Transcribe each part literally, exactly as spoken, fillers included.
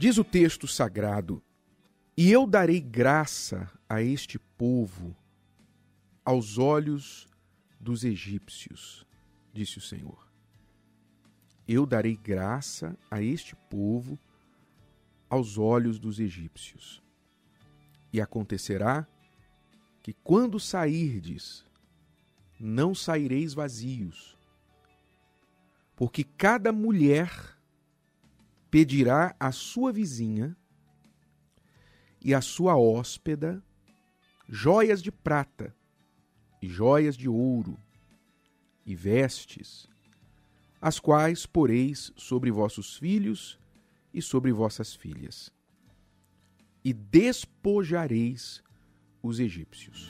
Diz o texto sagrado: e eu darei graça a este povo aos olhos dos egípcios, disse o Senhor. Eu darei graça a este povo aos olhos dos egípcios. E acontecerá que quando sairdes, não saireis vazios, porque cada mulher pedirá à sua vizinha e à sua hóspeda joias de prata e joias de ouro e vestes, as quais poreis sobre vossos filhos e sobre vossas filhas, e despojareis os egípcios.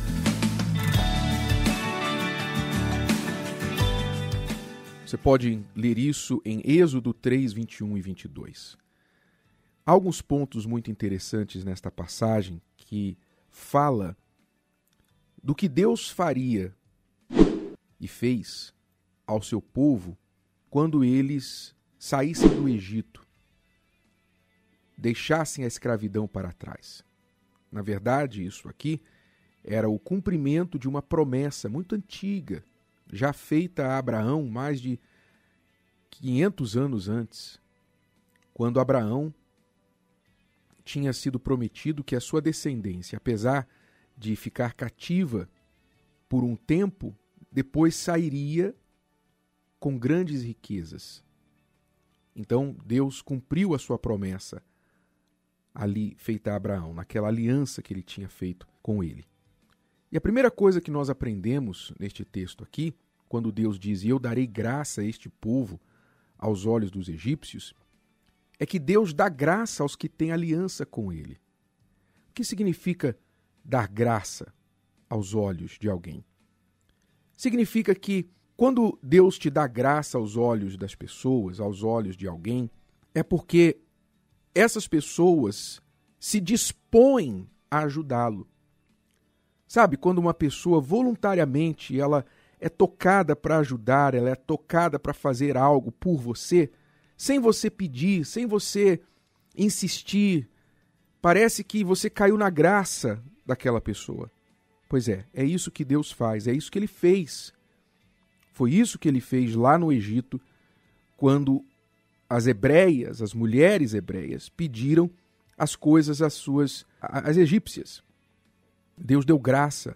Você pode ler isso em Êxodo três, vinte e um e vinte e dois. Há alguns pontos muito interessantes nesta passagem que fala do que Deus faria e fez ao seu povo quando eles saíssem do Egito, deixassem a escravidão para trás. Na verdade, isso aqui era o cumprimento de uma promessa muito antiga, já feita a Abraão mais de quinhentos anos antes, quando Abraão tinha sido prometido que a sua descendência, apesar de ficar cativa por um tempo, depois sairia com grandes riquezas. Então, Deus cumpriu a sua promessa ali feita a Abraão, naquela aliança que ele tinha feito com ele. E a primeira coisa que nós aprendemos neste texto aqui, quando Deus diz, e eu darei graça a este povo aos olhos dos egípcios, é que Deus dá graça aos que têm aliança com ele. O que significa dar graça aos olhos de alguém? Significa que quando Deus te dá graça aos olhos das pessoas, aos olhos de alguém, é porque essas pessoas se dispõem a ajudá-lo. Sabe, quando uma pessoa voluntariamente ela é tocada para ajudar, ela é tocada para fazer algo por você, sem você pedir, sem você insistir, parece que você caiu na graça daquela pessoa. Pois é, é isso que Deus faz, é isso que ele fez. Foi isso que ele fez lá no Egito, quando as hebreias, as mulheres hebreias, pediram as coisas às suas, às egípcias. Deus deu graça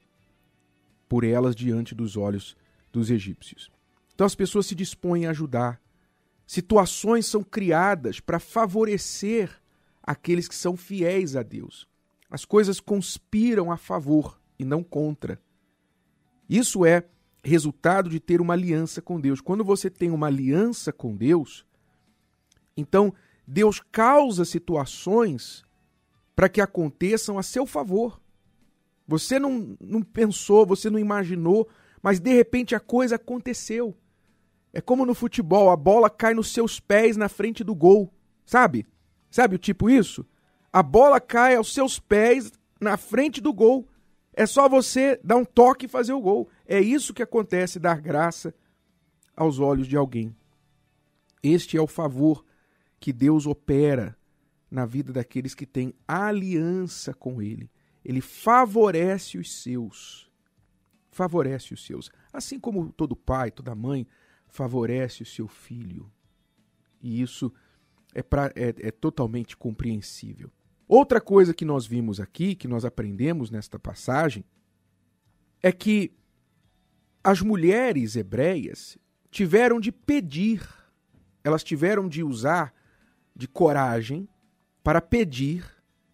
por elas diante dos olhos dos egípcios. Então as pessoas se dispõem a ajudar. Situações são criadas para favorecer aqueles que são fiéis a Deus. As coisas conspiram a favor e não contra. Isso é resultado de ter uma aliança com Deus. Quando você tem uma aliança com Deus, então Deus causa situações para que aconteçam a seu favor. Você não, não pensou, você não imaginou, mas de repente a coisa aconteceu. É como no futebol, a bola cai nos seus pés na frente do gol, sabe? Sabe o tipo isso? A bola cai aos seus pés na frente do gol. É só você dar um toque e fazer o gol. É isso que acontece, dar graça aos olhos de alguém. Este é o favor que Deus opera na vida daqueles que têm aliança com Ele. Ele favorece os seus. Favorece os seus. Assim como todo pai, toda mãe favorece o seu filho. E isso é, pra, é, é totalmente compreensível. Outra coisa que nós vimos aqui, que nós aprendemos nesta passagem, é que as mulheres hebreias tiveram de pedir, elas tiveram de usar de coragem para pedir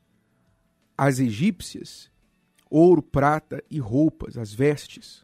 às egípcias ouro, prata e roupas, as vestes.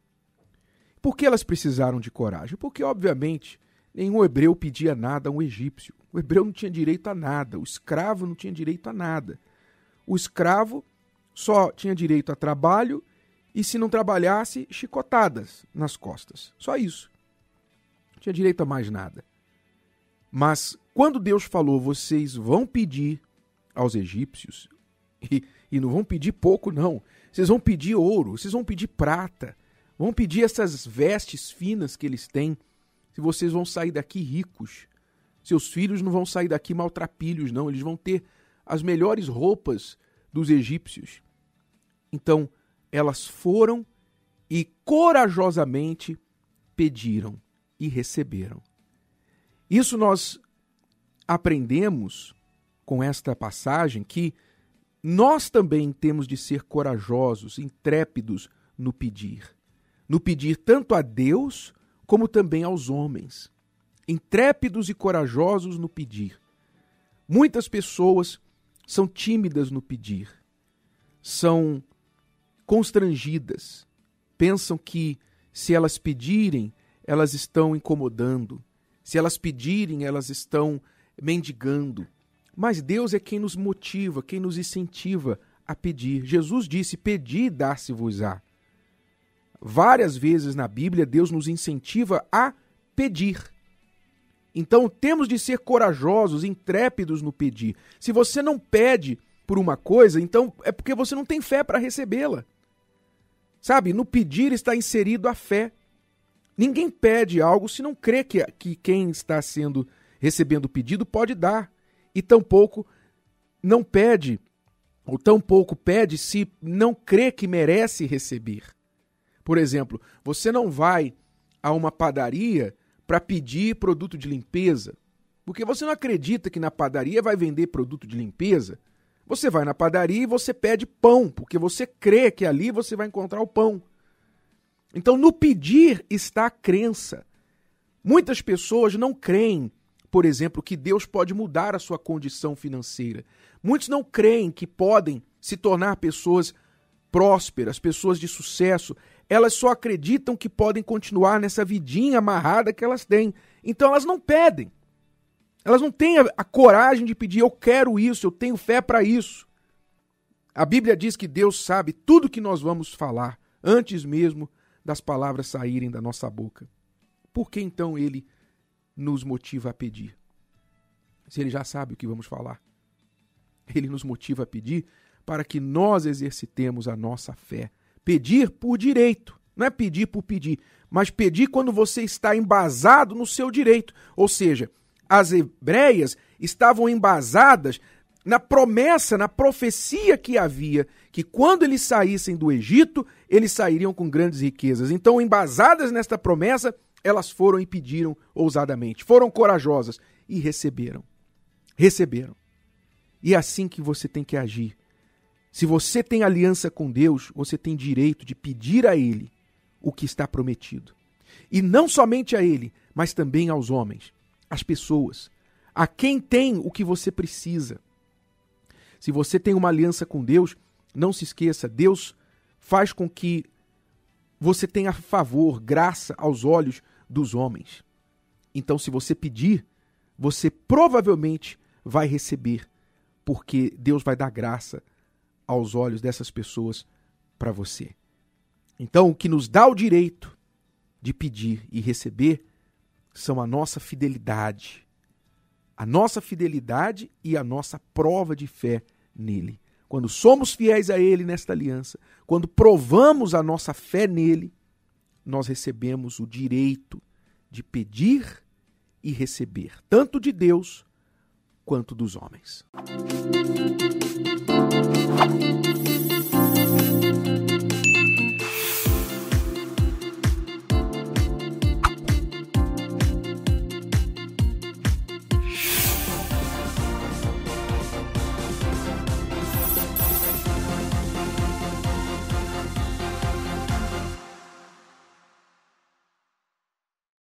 Por que elas precisaram de coragem? Porque, obviamente, nenhum hebreu pedia nada a um egípcio. O hebreu não tinha direito a nada, o escravo não tinha direito a nada. O escravo só tinha direito a trabalho e, se não trabalhasse, chicotadas nas costas. Só isso. Não tinha direito a mais nada. Mas quando Deus falou, vocês vão pedir aos egípcios, e, e não vão pedir pouco não, vocês vão pedir ouro, vocês vão pedir prata, vão pedir essas vestes finas que eles têm, se vocês vão sair daqui ricos. Seus filhos não vão sair daqui maltrapilhos, não. Eles vão ter as melhores roupas dos egípcios. Então, elas foram e corajosamente pediram e receberam. Isso nós aprendemos com esta passagem, que nós também temos de ser corajosos, intrépidos no pedir. No pedir tanto a Deus como também aos homens. Intrépidos e corajosos no pedir. Muitas pessoas são tímidas no pedir, são constrangidas, pensam que se elas pedirem, elas estão incomodando, se elas pedirem, elas estão mendigando. Mas Deus é quem nos motiva, quem nos incentiva a pedir. Jesus disse: pedi e dar-se-vos-á. Várias vezes na Bíblia, Deus nos incentiva a pedir. Então, temos de ser corajosos, intrépidos no pedir. Se você não pede por uma coisa, então é porque você não tem fé para recebê-la. Sabe, no pedir está inserido a fé. Ninguém pede algo se não crê que, que quem está sendo recebendo o pedido pode dar. E tampouco não pede, ou tampouco pede se não crê que merece receber. Por exemplo, você não vai a uma padaria para pedir produto de limpeza, porque você não acredita que na padaria vai vender produto de limpeza. Você vai na padaria e você pede pão, porque você crê que ali você vai encontrar o pão. Então, no pedir está a crença. Muitas pessoas não creem, por exemplo, que Deus pode mudar a sua condição financeira. Muitos não creem que podem se tornar pessoas prósperas, pessoas de sucesso. Elas só acreditam que podem continuar nessa vidinha amarrada que elas têm. Então elas não pedem. Elas não têm a, a coragem de pedir: eu quero isso, eu tenho fé para isso. A Bíblia diz que Deus sabe tudo que nós vamos falar, antes mesmo das palavras saírem da nossa boca. Por que então Ele nos motiva a pedir? Se Ele já sabe o que vamos falar. Ele nos motiva a pedir para que nós exercitemos a nossa fé. Pedir por direito, não é pedir por pedir, mas pedir quando você está embasado no seu direito. Ou seja, as hebreias estavam embasadas na promessa, na profecia que havia, que quando eles saíssem do Egito, eles sairiam com grandes riquezas. Então, embasadas nesta promessa, elas foram e pediram ousadamente, foram corajosas e receberam. Receberam. E é assim que você tem que agir. Se você tem aliança com Deus, você tem direito de pedir a Ele o que está prometido. E não somente a Ele, mas também aos homens, às pessoas, a quem tem o que você precisa. Se você tem uma aliança com Deus, não se esqueça, Deus faz com que você tenha favor, graça aos olhos dos homens. Então, se você pedir, você provavelmente vai receber, porque Deus vai dar graça aos olhos dessas pessoas para você. Então, o que nos dá o direito de pedir e receber são a nossa fidelidade. A nossa fidelidade e a nossa prova de fé nele. Quando somos fiéis a ele nesta aliança, quando provamos a nossa fé nele, nós recebemos o direito de pedir e receber, tanto de Deus quanto dos homens.